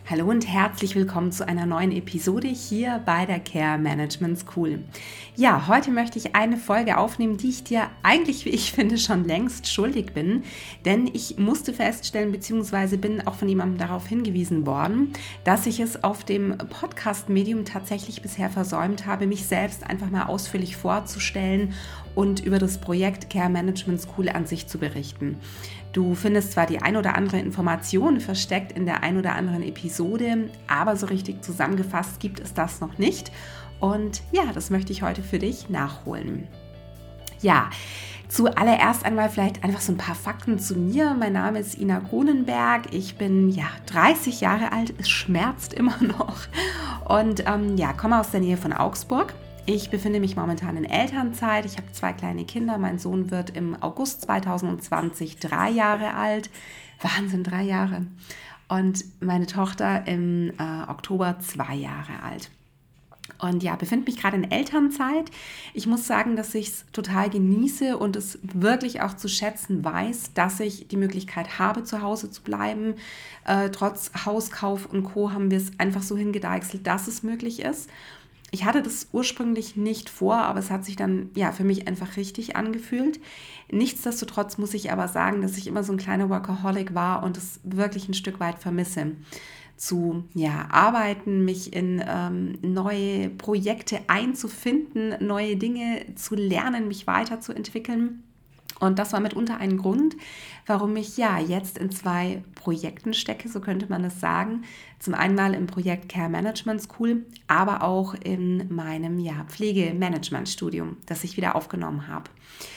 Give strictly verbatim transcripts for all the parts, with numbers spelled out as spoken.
Hallo und herzlich willkommen zu einer neuen Episode hier bei der Care Management School. Ja, heute möchte ich eine Folge aufnehmen, die ich dir eigentlich, wie ich finde, schon längst schuldig bin. Denn ich musste feststellen, beziehungsweise bin auch von jemandem darauf hingewiesen worden, dass ich es auf dem Podcast-Medium tatsächlich bisher versäumt habe, mich selbst einfach mal ausführlich vorzustellen und über das Projekt Care Management School an sich zu berichten. Du findest zwar die ein oder andere Information versteckt in der ein oder anderen Episode, aber so richtig zusammengefasst gibt es das noch nicht. Und ja, das möchte ich heute für dich nachholen. Ja, zuallererst einmal vielleicht einfach so ein paar Fakten zu mir. Mein Name ist Ina Grunenberg. Ich bin ja dreißig Jahre alt, es schmerzt immer noch und ähm, ja, komme aus der Nähe von Augsburg. Ich befinde mich momentan in Elternzeit. Ich habe zwei kleine Kinder. Mein Sohn wird im August zwanzig zwanzig drei Jahre alt. Wahnsinn, drei Jahre. Und meine Tochter im äh, Oktober zwei Jahre alt. Und ja, befinde mich gerade in Elternzeit. Ich muss sagen, dass ich es total genieße und es wirklich auch zu schätzen weiß, dass ich die Möglichkeit habe, zu Hause zu bleiben. Äh, trotz Hauskauf und Co. haben wir es einfach so hingedeichselt, dass es möglich ist. Ich hatte das ursprünglich nicht vor, aber es hat sich dann ja für mich einfach richtig angefühlt. Nichtsdestotrotz muss ich aber sagen, dass ich immer so ein kleiner Workaholic war und es wirklich ein Stück weit vermisse. Zu ja, arbeiten, mich in ähm, neue Projekte einzufinden, neue Dinge zu lernen, mich weiterzuentwickeln. Und das war mitunter ein Grund, warum ich ja jetzt in zwei Projekten stecke, so könnte man es sagen. Zum einen mal im Projekt Care Management School, aber auch in meinem ja, Pflegemanagement-Studium, das ich wieder aufgenommen habe.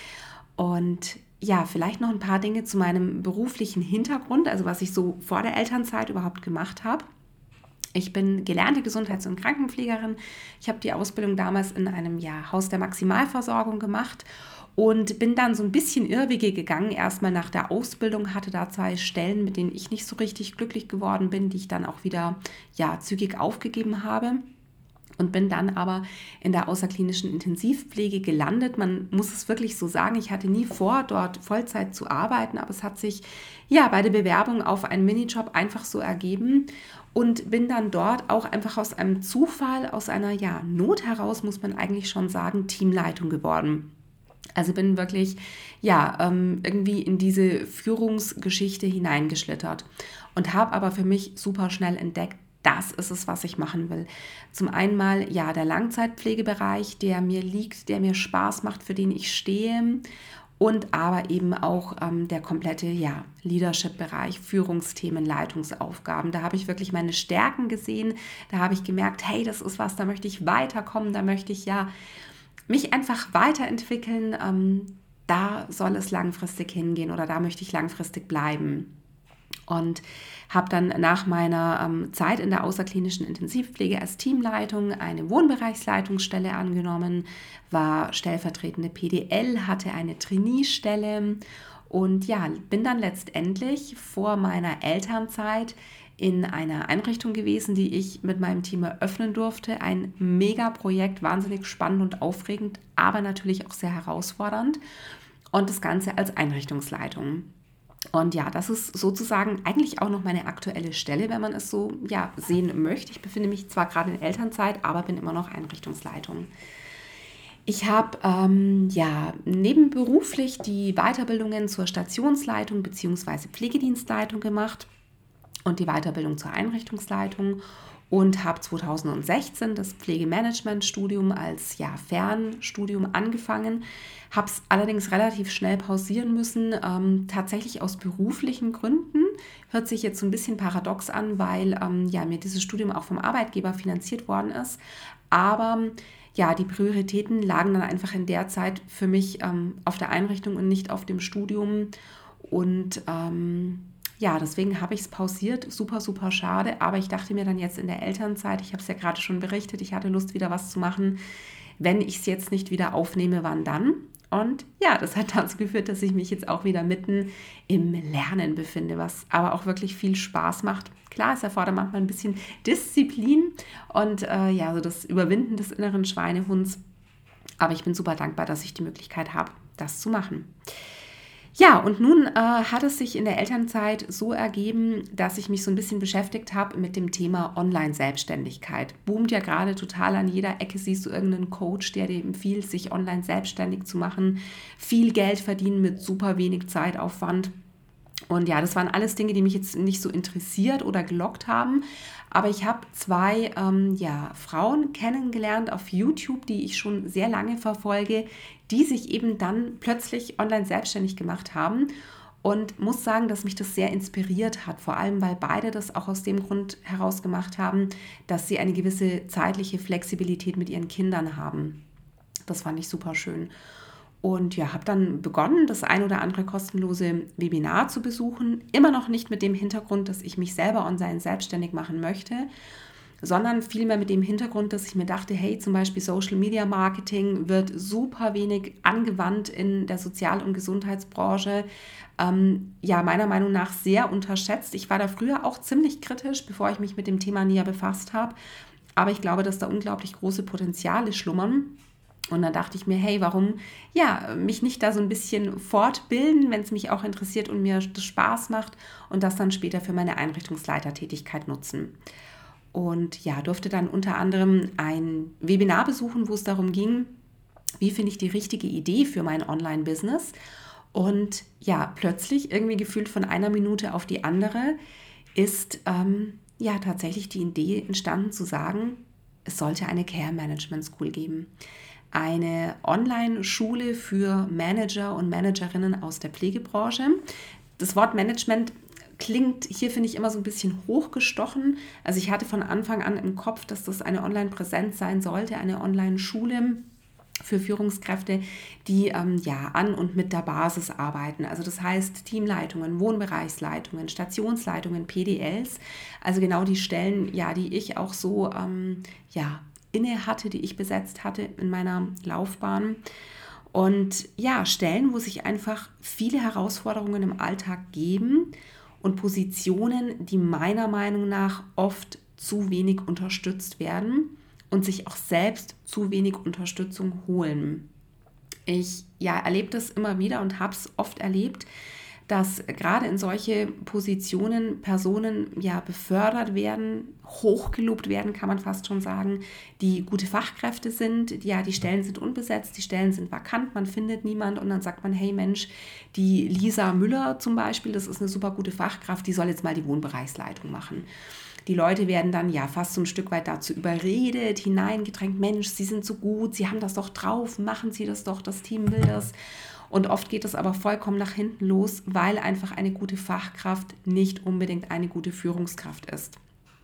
Und ja, vielleicht noch ein paar Dinge zu meinem beruflichen Hintergrund, also was ich so vor der Elternzeit überhaupt gemacht habe. Ich bin gelernte Gesundheits- und Krankenpflegerin. Ich habe die Ausbildung damals in einem ja, Haus der Maximalversorgung gemacht und bin dann so ein bisschen Irrwege gegangen. Erstmal nach der Ausbildung, hatte da zwei Stellen, mit denen ich nicht so richtig glücklich geworden bin, die ich dann auch wieder ja, zügig aufgegeben habe. Und bin dann aber in der außerklinischen Intensivpflege gelandet. Man muss es wirklich so sagen, ich hatte nie vor, dort Vollzeit zu arbeiten, aber es hat sich ja bei der Bewerbung auf einen Minijob einfach so ergeben und bin dann dort auch einfach aus einem Zufall, aus einer ja, Not heraus, muss man eigentlich schon sagen, Teamleitung geworden. Also bin wirklich ja ähm, irgendwie in diese Führungsgeschichte hineingeschlittert und habe aber für mich super schnell entdeckt, das ist es, was ich machen will. Zum einen mal, ja, der Langzeitpflegebereich, der mir liegt, der mir Spaß macht, für den ich stehe. Und aber eben auch ähm, der komplette, ja, Leadership-Bereich, Führungsthemen, Leitungsaufgaben. Da habe ich wirklich meine Stärken gesehen. Da habe ich gemerkt, hey, das ist was, da möchte ich weiterkommen. Da möchte ich, ja, mich einfach weiterentwickeln. Ähm, da soll es langfristig hingehen oder da möchte ich langfristig bleiben. Und habe dann nach meiner ähm, Zeit in der außerklinischen Intensivpflege als Teamleitung eine Wohnbereichsleitungsstelle angenommen, war stellvertretende P D L, hatte eine Trainee-Stelle und ja, bin dann letztendlich vor meiner Elternzeit in einer Einrichtung gewesen, die ich mit meinem Team eröffnen durfte. Ein Mega-Projekt, wahnsinnig spannend und aufregend, aber natürlich auch sehr herausfordernd und das Ganze als Einrichtungsleitung. Und ja, das ist sozusagen eigentlich auch noch meine aktuelle Stelle, wenn man es so ja, sehen möchte. Ich befinde mich zwar gerade in Elternzeit, aber bin immer noch Einrichtungsleitung. Ich habe ähm, ja, nebenberuflich die Weiterbildungen zur Stationsleitung bzw. Pflegedienstleitung gemacht und die Weiterbildung zur Einrichtungsleitung und habe zwanzig sechzehn das Pflegemanagement-Studium als ja, Fernstudium angefangen, habe es allerdings relativ schnell pausieren müssen, ähm, tatsächlich aus beruflichen Gründen. Hört sich jetzt so ein bisschen paradox an, weil ähm, ja, mir dieses Studium auch vom Arbeitgeber finanziert worden ist, aber ja, die Prioritäten lagen dann einfach in der Zeit für mich ähm, auf der Einrichtung und nicht auf dem Studium und ähm, ja, deswegen habe ich es pausiert, super, super schade, aber ich dachte mir dann jetzt in der Elternzeit, ich habe es ja gerade schon berichtet, ich hatte Lust, wieder was zu machen, wenn ich es jetzt nicht wieder aufnehme, wann dann? Und ja, das hat dazu geführt, dass ich mich jetzt auch wieder mitten im Lernen befinde, was aber auch wirklich viel Spaß macht. Klar, es erfordert manchmal ein bisschen Disziplin und äh, ja, so das Überwinden des inneren Schweinehunds, aber ich bin super dankbar, dass ich die Möglichkeit habe, das zu machen. Ja, und nun äh, hat es sich in der Elternzeit so ergeben, dass ich mich so ein bisschen beschäftigt habe mit dem Thema Online-Selbstständigkeit. Boomt ja gerade total, an jeder Ecke siehst du irgendeinen Coach, der dir empfiehlt, sich online selbstständig zu machen, viel Geld verdienen mit super wenig Zeitaufwand. Und ja, das waren alles Dinge, die mich jetzt nicht so interessiert oder gelockt haben. Aber ich habe zwei ähm, ja, Frauen kennengelernt auf YouTube, die ich schon sehr lange verfolge, die sich eben dann plötzlich online selbstständig gemacht haben. Und muss sagen, dass mich das sehr inspiriert hat, vor allem weil beide das auch aus dem Grund heraus gemacht haben, dass sie eine gewisse zeitliche Flexibilität mit ihren Kindern haben. Das fand ich super schön. Und ja, habe dann begonnen, das ein oder andere kostenlose Webinar zu besuchen. Immer noch nicht mit dem Hintergrund, dass ich mich selber online selbstständig machen möchte, sondern vielmehr mit dem Hintergrund, dass ich mir dachte, hey, zum Beispiel Social Media Marketing wird super wenig angewandt in der Sozial- und Gesundheitsbranche. Ähm, ja, meiner Meinung nach sehr unterschätzt. Ich war da früher auch ziemlich kritisch, bevor ich mich mit dem Thema näher befasst habe. Aber ich glaube, dass da unglaublich große Potenziale schlummern. Und dann dachte ich mir, hey, warum ja, mich nicht da so ein bisschen fortbilden, wenn es mich auch interessiert und mir das Spaß macht und das dann später für meine Einrichtungsleitertätigkeit nutzen. Und ja, durfte dann unter anderem ein Webinar besuchen, wo es darum ging, wie finde ich die richtige Idee für mein Online-Business. Und ja, plötzlich irgendwie gefühlt von einer Minute auf die andere ist ähm, ja tatsächlich die Idee entstanden zu sagen, es sollte eine Care Management School geben. Eine Online-Schule für Manager und Managerinnen aus der Pflegebranche. Das Wort Management klingt hier, finde ich, immer so ein bisschen hochgestochen. Also ich hatte von Anfang an im Kopf, dass das eine Online-Präsenz sein sollte, eine Online-Schule für Führungskräfte, die ähm, ja an und mit der Basis arbeiten. Also das heißt Teamleitungen, Wohnbereichsleitungen, Stationsleitungen, P D Ls. Also genau die Stellen, ja, die ich auch so ähm, ja inne hatte, die ich besetzt hatte in meiner Laufbahn. Und ja, Stellen, wo sich einfach viele Herausforderungen im Alltag geben und Positionen, die meiner Meinung nach oft zu wenig unterstützt werden und sich auch selbst zu wenig Unterstützung holen. Ich ja, erlebe das immer wieder und habe es oft erlebt, dass gerade in solche Positionen Personen ja befördert werden, hochgelobt werden, kann man fast schon sagen, die gute Fachkräfte sind. Ja, die Stellen sind unbesetzt, die Stellen sind vakant, man findet niemand und dann sagt man, hey Mensch, die Lisa Müller zum Beispiel, das ist eine super gute Fachkraft, die soll jetzt mal die Wohnbereichsleitung machen. Die Leute werden dann ja fast so ein Stück weit dazu überredet, hineingedrängt, Mensch, Sie sind so gut, Sie haben das doch drauf, machen Sie das doch, das Team will das. Und oft geht es aber vollkommen nach hinten los, weil einfach eine gute Fachkraft nicht unbedingt eine gute Führungskraft ist.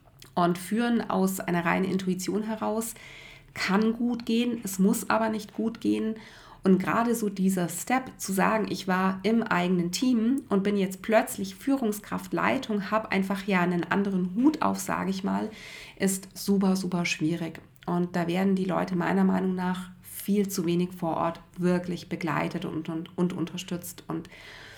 Und Führen aus einer reinen Intuition heraus kann gut gehen, es muss aber nicht gut gehen. Und gerade so dieser Step zu sagen, ich war im eigenen Team und bin jetzt plötzlich Führungskraft, Leitung, habe einfach ja einen anderen Hut auf, sage ich mal, ist super, super schwierig. Und da werden die Leute meiner Meinung nach viel zu wenig vor Ort wirklich begleitet und, und, und unterstützt. Und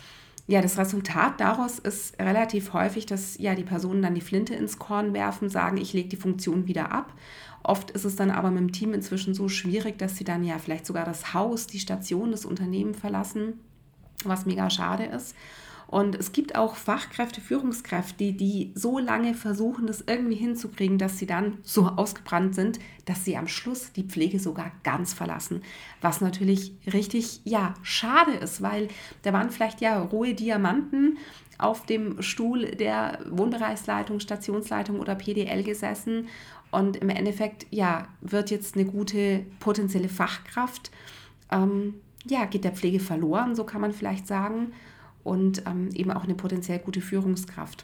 ja, das Resultat daraus ist relativ häufig, dass ja die Personen dann die Flinte ins Korn werfen, sagen, ich lege die Funktion wieder ab. Oft ist es dann aber mit dem Team inzwischen so schwierig, dass sie dann ja vielleicht sogar das Haus, die Station, das Unternehmen verlassen, was mega schade ist. Und es gibt auch Fachkräfte, Führungskräfte, die so lange versuchen, das irgendwie hinzukriegen, dass sie dann so ausgebrannt sind, dass sie am Schluss die Pflege sogar ganz verlassen. Was natürlich richtig, ja, schade ist, weil da waren vielleicht ja rohe Diamanten auf dem Stuhl der Wohnbereichsleitung, Stationsleitung oder P D L gesessen. Und im Endeffekt, ja, wird jetzt eine gute potenzielle Fachkraft, ähm, ja, geht der Pflege verloren, so kann man vielleicht sagen. Und ähm, eben auch eine potenziell gute Führungskraft.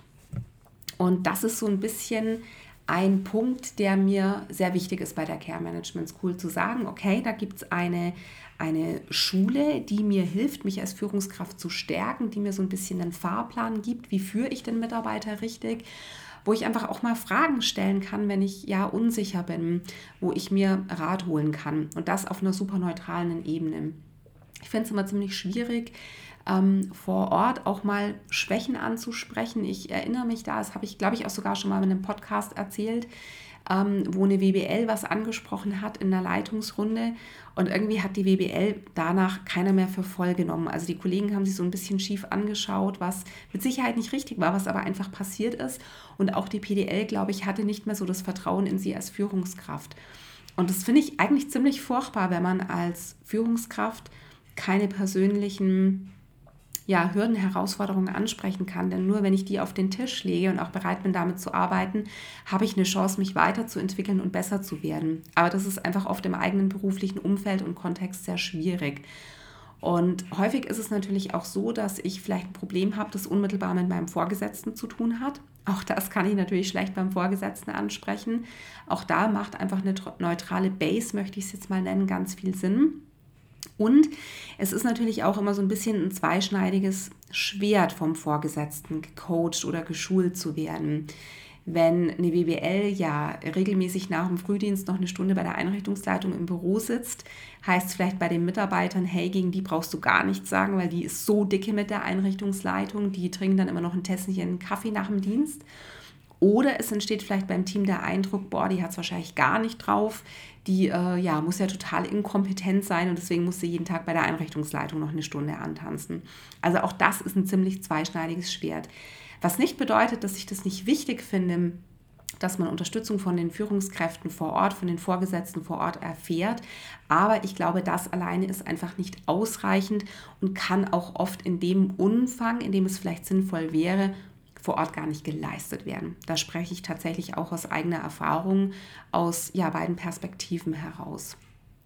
Und das ist so ein bisschen ein Punkt, der mir sehr wichtig ist bei der Care Management School, zu sagen, okay, da gibt es eine, eine Schule, die mir hilft, mich als Führungskraft zu stärken, die mir so ein bisschen einen Fahrplan gibt, wie führe ich den Mitarbeiter richtig, wo ich einfach auch mal Fragen stellen kann, wenn ich ja unsicher bin, wo ich mir Rat holen kann und das auf einer super neutralen Ebene. Ich finde es immer ziemlich schwierig, ähm, vor Ort auch mal Schwächen anzusprechen. Ich erinnere mich da, das habe ich, glaube ich, auch sogar schon mal in einem Podcast erzählt, ähm, wo eine W B L was angesprochen hat in der Leitungsrunde und irgendwie hat die W B L danach keiner mehr für voll genommen. Also die Kollegen haben sich so ein bisschen schief angeschaut, was mit Sicherheit nicht richtig war, was aber einfach passiert ist. Und auch die P D L, glaube ich, hatte nicht mehr so das Vertrauen in sie als Führungskraft. Und das finde ich eigentlich ziemlich furchtbar, wenn man als Führungskraft keine persönlichen ja, Hürden, Herausforderungen ansprechen kann. Denn nur wenn ich die auf den Tisch lege und auch bereit bin, damit zu arbeiten, habe ich eine Chance, mich weiterzuentwickeln und besser zu werden. Aber das ist einfach oft im eigenen beruflichen Umfeld und Kontext sehr schwierig. Und häufig ist es natürlich auch so, dass ich vielleicht ein Problem habe, das unmittelbar mit meinem Vorgesetzten zu tun hat. Auch das kann ich natürlich schlecht beim Vorgesetzten ansprechen. Auch da macht einfach eine neutrale Base, möchte ich es jetzt mal nennen, ganz viel Sinn. Und es ist natürlich auch immer so ein bisschen ein zweischneidiges Schwert vom Vorgesetzten gecoacht oder geschult zu werden. Wenn eine W B L ja regelmäßig nach dem Frühdienst noch eine Stunde bei der Einrichtungsleitung im Büro sitzt, heißt es vielleicht bei den Mitarbeitern, hey, gegen die brauchst du gar nichts sagen, weil die ist so dicke mit der Einrichtungsleitung, die trinken dann immer noch ein Tässchen Kaffee nach dem Dienst. Oder es entsteht vielleicht beim Team der Eindruck, boah, die hat es wahrscheinlich gar nicht drauf, die äh, ja, muss ja total inkompetent sein und deswegen muss sie jeden Tag bei der Einrichtungsleitung noch eine Stunde antanzen. Also auch das ist ein ziemlich zweischneidiges Schwert. Was nicht bedeutet, dass ich das nicht wichtig finde, dass man Unterstützung von den Führungskräften vor Ort, von den Vorgesetzten vor Ort erfährt. Aber ich glaube, das alleine ist einfach nicht ausreichend und kann auch oft in dem Umfang, in dem es vielleicht sinnvoll wäre, vor Ort gar nicht geleistet werden. Da spreche ich tatsächlich auch aus eigener Erfahrung, aus ja, beiden Perspektiven heraus.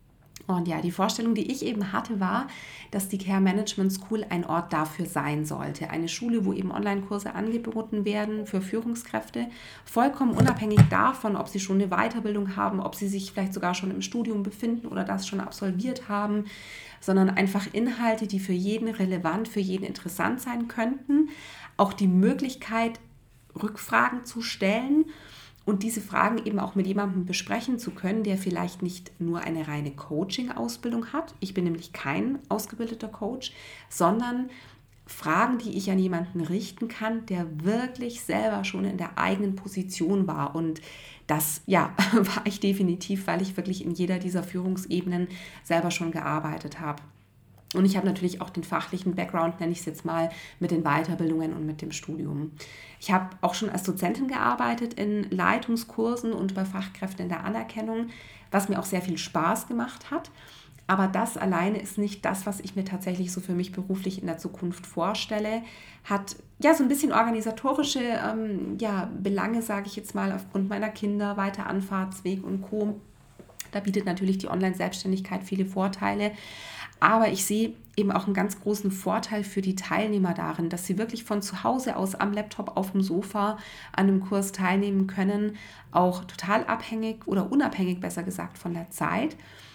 Und ja, die Vorstellung, die ich eben hatte, war, dass die Care Management School ein Ort dafür sein sollte. Eine Schule, wo eben Online-Kurse angeboten werden für Führungskräfte, vollkommen unabhängig davon, ob sie schon eine Weiterbildung haben, ob sie sich vielleicht sogar schon im Studium befinden oder das schon absolviert haben, sondern einfach Inhalte, die für jeden relevant, für jeden interessant sein könnten. Auch die Möglichkeit, Rückfragen zu stellen und diese Fragen eben auch mit jemandem besprechen zu können, der vielleicht nicht nur eine reine Coaching-Ausbildung hat. Ich bin nämlich kein ausgebildeter Coach, sondern Fragen, die ich an jemanden richten kann, der wirklich selber schon in der eigenen Position war. Und das, ja, war ich definitiv, weil ich wirklich in jeder dieser Führungsebenen selber schon gearbeitet habe. Und ich habe natürlich auch den fachlichen Background, nenne ich es jetzt mal, mit den Weiterbildungen und mit dem Studium. Ich habe auch schon als Dozentin gearbeitet in Leitungskursen und bei Fachkräften in der Anerkennung, was mir auch sehr viel Spaß gemacht hat. Aber das alleine ist nicht das, was ich mir tatsächlich so für mich beruflich in der Zukunft vorstelle. Hat ja so ein bisschen organisatorische ähm, ja, Belange, sage ich jetzt mal, aufgrund meiner Kinder, weiter Anfahrtsweg und Co. Da bietet natürlich die Online-Selbstständigkeit viele Vorteile. Aber ich sehe eben auch einen ganz großen Vorteil für die Teilnehmer darin, dass sie wirklich von zu Hause aus am Laptop auf dem Sofa an einem Kurs teilnehmen können, auch total abhängig oder unabhängig, besser gesagt, von der Zeit.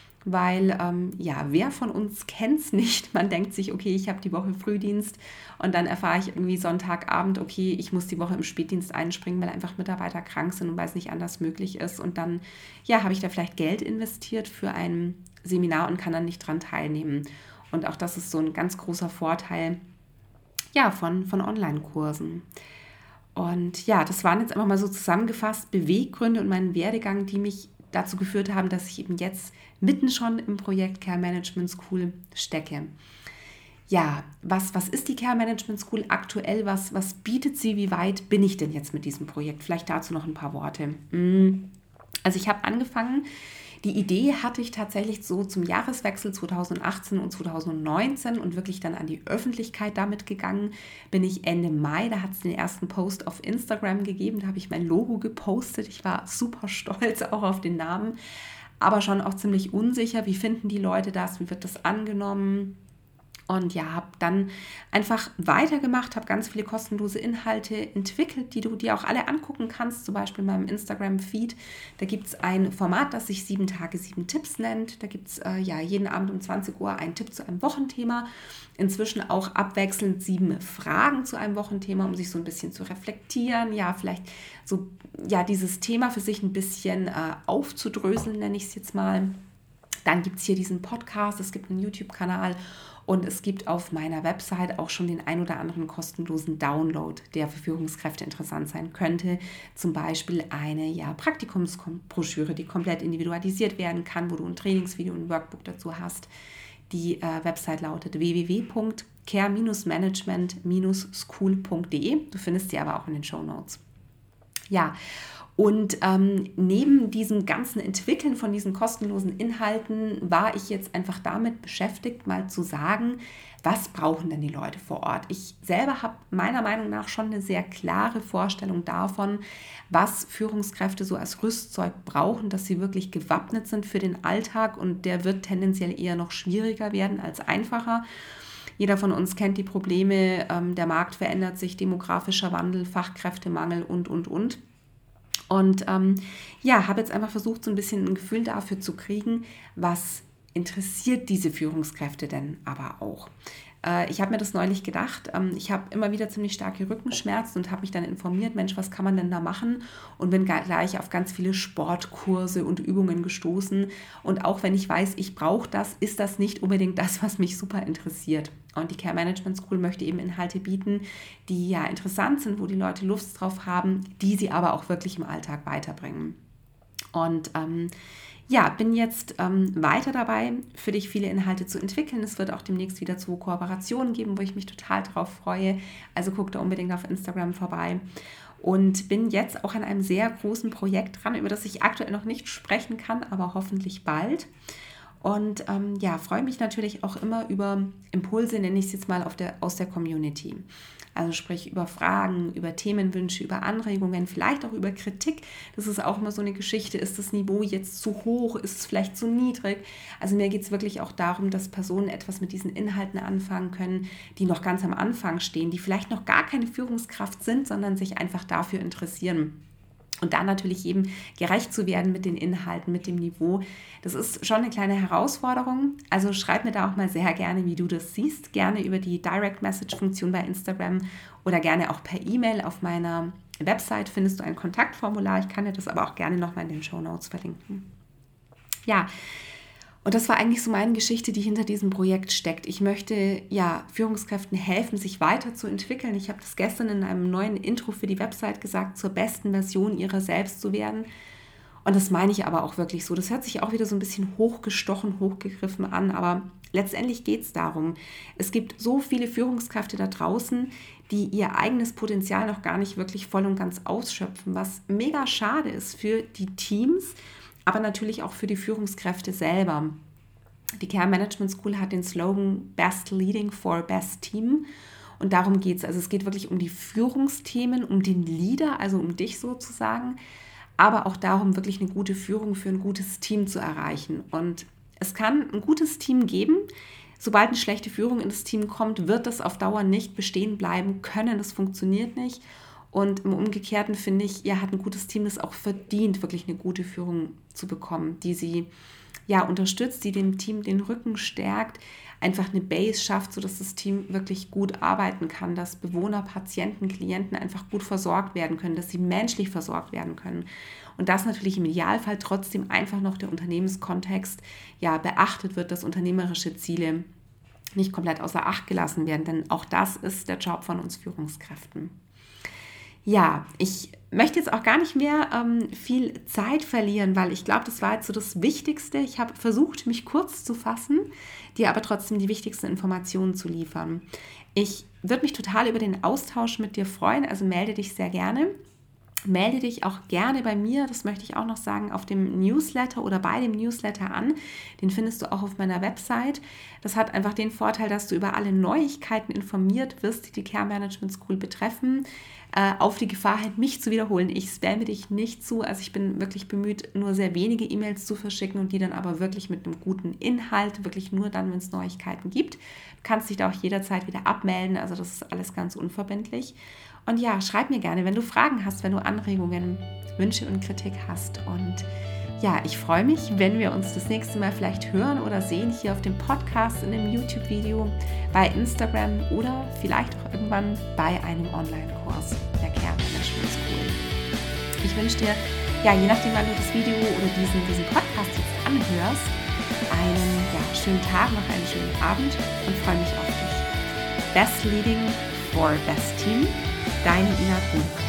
Weil, ähm, ja, wer von uns kennt es nicht? Man denkt sich, okay, ich habe die Woche Frühdienst und dann erfahre ich irgendwie Sonntagabend, okay, ich muss die Woche im Spätdienst einspringen, weil einfach Mitarbeiter krank sind und weil es nicht anders möglich ist. Und dann, ja, habe ich da vielleicht Geld investiert für ein Seminar und kann dann nicht dran teilnehmen. Und auch das ist so ein ganz großer Vorteil, ja, von, von Online-Kursen. Und ja, das waren jetzt einfach mal so zusammengefasst Beweggründe und meinen Werdegang, die mich dazu geführt haben, dass ich eben jetzt mitten schon im Projekt Care Management School stecke. Ja, was, was ist die Care Management School aktuell? Was, was bietet sie? Wie weit bin ich denn jetzt mit diesem Projekt? Vielleicht dazu noch ein paar Worte. Also ich habe angefangen, die Idee hatte ich tatsächlich so zum Jahreswechsel zweitausendachtzehn und zweitausendneunzehn und wirklich dann an die Öffentlichkeit damit gegangen bin ich Ende Mai. Da hat es den ersten Post auf Instagram gegeben, da habe ich mein Logo gepostet. Ich war super stolz auch auf den Namen, aber schon auch ziemlich unsicher, wie finden die Leute das, wie wird das angenommen? Und ja, habe dann einfach weitergemacht, habe ganz viele kostenlose Inhalte entwickelt, die du dir auch alle angucken kannst, zum Beispiel in meinem Instagram-Feed. Da gibt es ein Format, das sich sieben Tage, sieben Tipps nennt. Da gibt es äh, ja jeden Abend um zwanzig Uhr einen Tipp zu einem Wochenthema. Inzwischen auch abwechselnd sieben Fragen zu einem Wochenthema, um sich so ein bisschen zu reflektieren. Ja, vielleicht so ja dieses Thema für sich ein bisschen äh, aufzudröseln, nenne ich es jetzt mal. Dann gibt es hier diesen Podcast, es gibt einen YouTube-Kanal Und es gibt auf meiner Website auch schon den ein oder anderen kostenlosen Download, der für Führungskräfte interessant sein könnte. Zum Beispiel eine ja, Praktikumsbroschüre, die komplett individualisiert werden kann, wo du ein Trainingsvideo und ein Workbook dazu hast. Die äh, Website lautet w w w punkt care management school punkt d e. Du findest sie aber auch in den Shownotes. Ja, und ähm, neben diesem ganzen Entwickeln von diesen kostenlosen Inhalten war ich jetzt einfach damit beschäftigt, mal zu sagen, was brauchen denn die Leute vor Ort? Ich selber habe meiner Meinung nach schon eine sehr klare Vorstellung davon, was Führungskräfte so als Rüstzeug brauchen, dass sie wirklich gewappnet sind für den Alltag, und der wird tendenziell eher noch schwieriger werden als einfacher. Jeder von uns kennt die Probleme, ähm, der Markt verändert sich, demografischer Wandel, Fachkräftemangel und, und, und. Und ähm, ja, habe jetzt einfach versucht, so ein bisschen ein Gefühl dafür zu kriegen, was interessiert diese Führungskräfte denn aber auch. Äh, ich habe mir das neulich gedacht, ähm, ich habe immer wieder ziemlich starke Rückenschmerzen und habe mich dann informiert, Mensch, was kann man denn da machen? Und bin gleich auf ganz viele Sportkurse und Übungen gestoßen. Und auch wenn ich weiß, ich brauche das, ist das nicht unbedingt das, was mich super interessiert. Und die Care Management School möchte eben Inhalte bieten, die ja interessant sind, wo die Leute Lust drauf haben, die sie aber auch wirklich im Alltag weiterbringen. Und ähm, ja, bin jetzt ähm, weiter dabei, für dich viele Inhalte zu entwickeln. Es wird auch demnächst wieder zu Kooperationen geben, wo ich mich total drauf freue. Also guck da unbedingt auf Instagram vorbei. Und bin jetzt auch an einem sehr großen Projekt dran, über das ich aktuell noch nicht sprechen kann, aber hoffentlich bald. Und ähm, ja, freue mich natürlich auch immer über Impulse, nenne ich es jetzt mal, auf der, aus der Community. Also sprich über Fragen, über Themenwünsche, über Anregungen, vielleicht auch über Kritik. Das ist auch immer so eine Geschichte. Ist das Niveau jetzt zu hoch? Ist es vielleicht zu niedrig? Also mir geht es wirklich auch darum, dass Personen etwas mit diesen Inhalten anfangen können, die noch ganz am Anfang stehen, die vielleicht noch gar keine Führungskraft sind, sondern sich einfach dafür interessieren. Und dann natürlich eben gerecht zu werden mit den Inhalten, mit dem Niveau. Das ist schon eine kleine Herausforderung. Also schreib mir da auch mal sehr gerne, wie du das siehst. Gerne über die Direct Message-Funktion bei Instagram oder gerne auch per E-Mail. Auf meiner Website findest du ein Kontaktformular. Ich kann dir das aber auch gerne nochmal in den Shownotes verlinken. Ja, und das war eigentlich so meine Geschichte, die hinter diesem Projekt steckt. Ich möchte ja Führungskräften helfen, sich weiterzuentwickeln. Ich habe das gestern in einem neuen Intro für die Website gesagt, zur besten Version ihrer selbst zu werden. Und das meine ich aber auch wirklich so. Das hört sich auch wieder so ein bisschen hochgestochen, hochgegriffen an, aber letztendlich geht es darum. Es gibt so viele Führungskräfte da draußen, die ihr eigenes Potenzial noch gar nicht wirklich voll und ganz ausschöpfen, was mega schade ist für die Teams, aber natürlich auch für die Führungskräfte selber. Die Care Management School hat den Slogan Best Leading for Best Team, und darum geht es. Also es geht wirklich um die Führungsthemen, um den Leader, also um dich sozusagen, aber auch darum, wirklich eine gute Führung für ein gutes Team zu erreichen. Und es kann ein gutes Team geben. Sobald eine schlechte Führung in das Team kommt, wird das auf Dauer nicht bestehen bleiben können. Das funktioniert nicht. Und im Umgekehrten finde ich, ja, hat ein gutes Team das auch verdient, wirklich eine gute Führung zu bekommen, die sie ja unterstützt, die dem Team den Rücken stärkt, einfach eine Base schafft, sodass das Team wirklich gut arbeiten kann, dass Bewohner, Patienten, Klienten einfach gut versorgt werden können, dass sie menschlich versorgt werden können. Und dass natürlich im Idealfall trotzdem einfach noch der Unternehmenskontext ja beachtet wird, dass unternehmerische Ziele nicht komplett außer Acht gelassen werden, denn auch das ist der Job von uns Führungskräften. Ja, ich möchte jetzt auch gar nicht mehr ähm, viel Zeit verlieren, weil ich glaube, das war jetzt so das Wichtigste. Ich habe versucht, mich kurz zu fassen, dir aber trotzdem die wichtigsten Informationen zu liefern. Ich würde mich total über den Austausch mit dir freuen, also melde dich sehr gerne. Melde dich auch gerne bei mir, das möchte ich auch noch sagen, auf dem Newsletter oder bei dem Newsletter an. Den findest du auch auf meiner Website. Das hat einfach den Vorteil, dass du über alle Neuigkeiten informiert wirst, die die Care Management School betreffen. Äh, auf die Gefahr hin, mich zu wiederholen. Ich spamme dich nicht zu. Also ich bin wirklich bemüht, nur sehr wenige E-Mails zu verschicken und die dann aber wirklich mit einem guten Inhalt, wirklich nur dann, wenn es Neuigkeiten gibt. Du kannst dich da auch jederzeit wieder abmelden. Also das ist alles ganz unverbindlich. Und ja, schreib mir gerne, wenn du Fragen hast, wenn du Anregungen, Wünsche und Kritik hast. Und ja, ich freue mich, wenn wir uns das nächste Mal vielleicht hören oder sehen hier auf dem Podcast, in einem YouTube-Video, bei Instagram oder vielleicht auch irgendwann bei einem Online-Kurs der Care Management School. Ich wünsche dir, ja, je nachdem, wann du das Video oder diesen, diesen Podcast jetzt anhörst, einen ja, schönen Tag, noch einen schönen Abend und freue mich auf dich. Best Leading for Best Team, deine Ina Kuhn.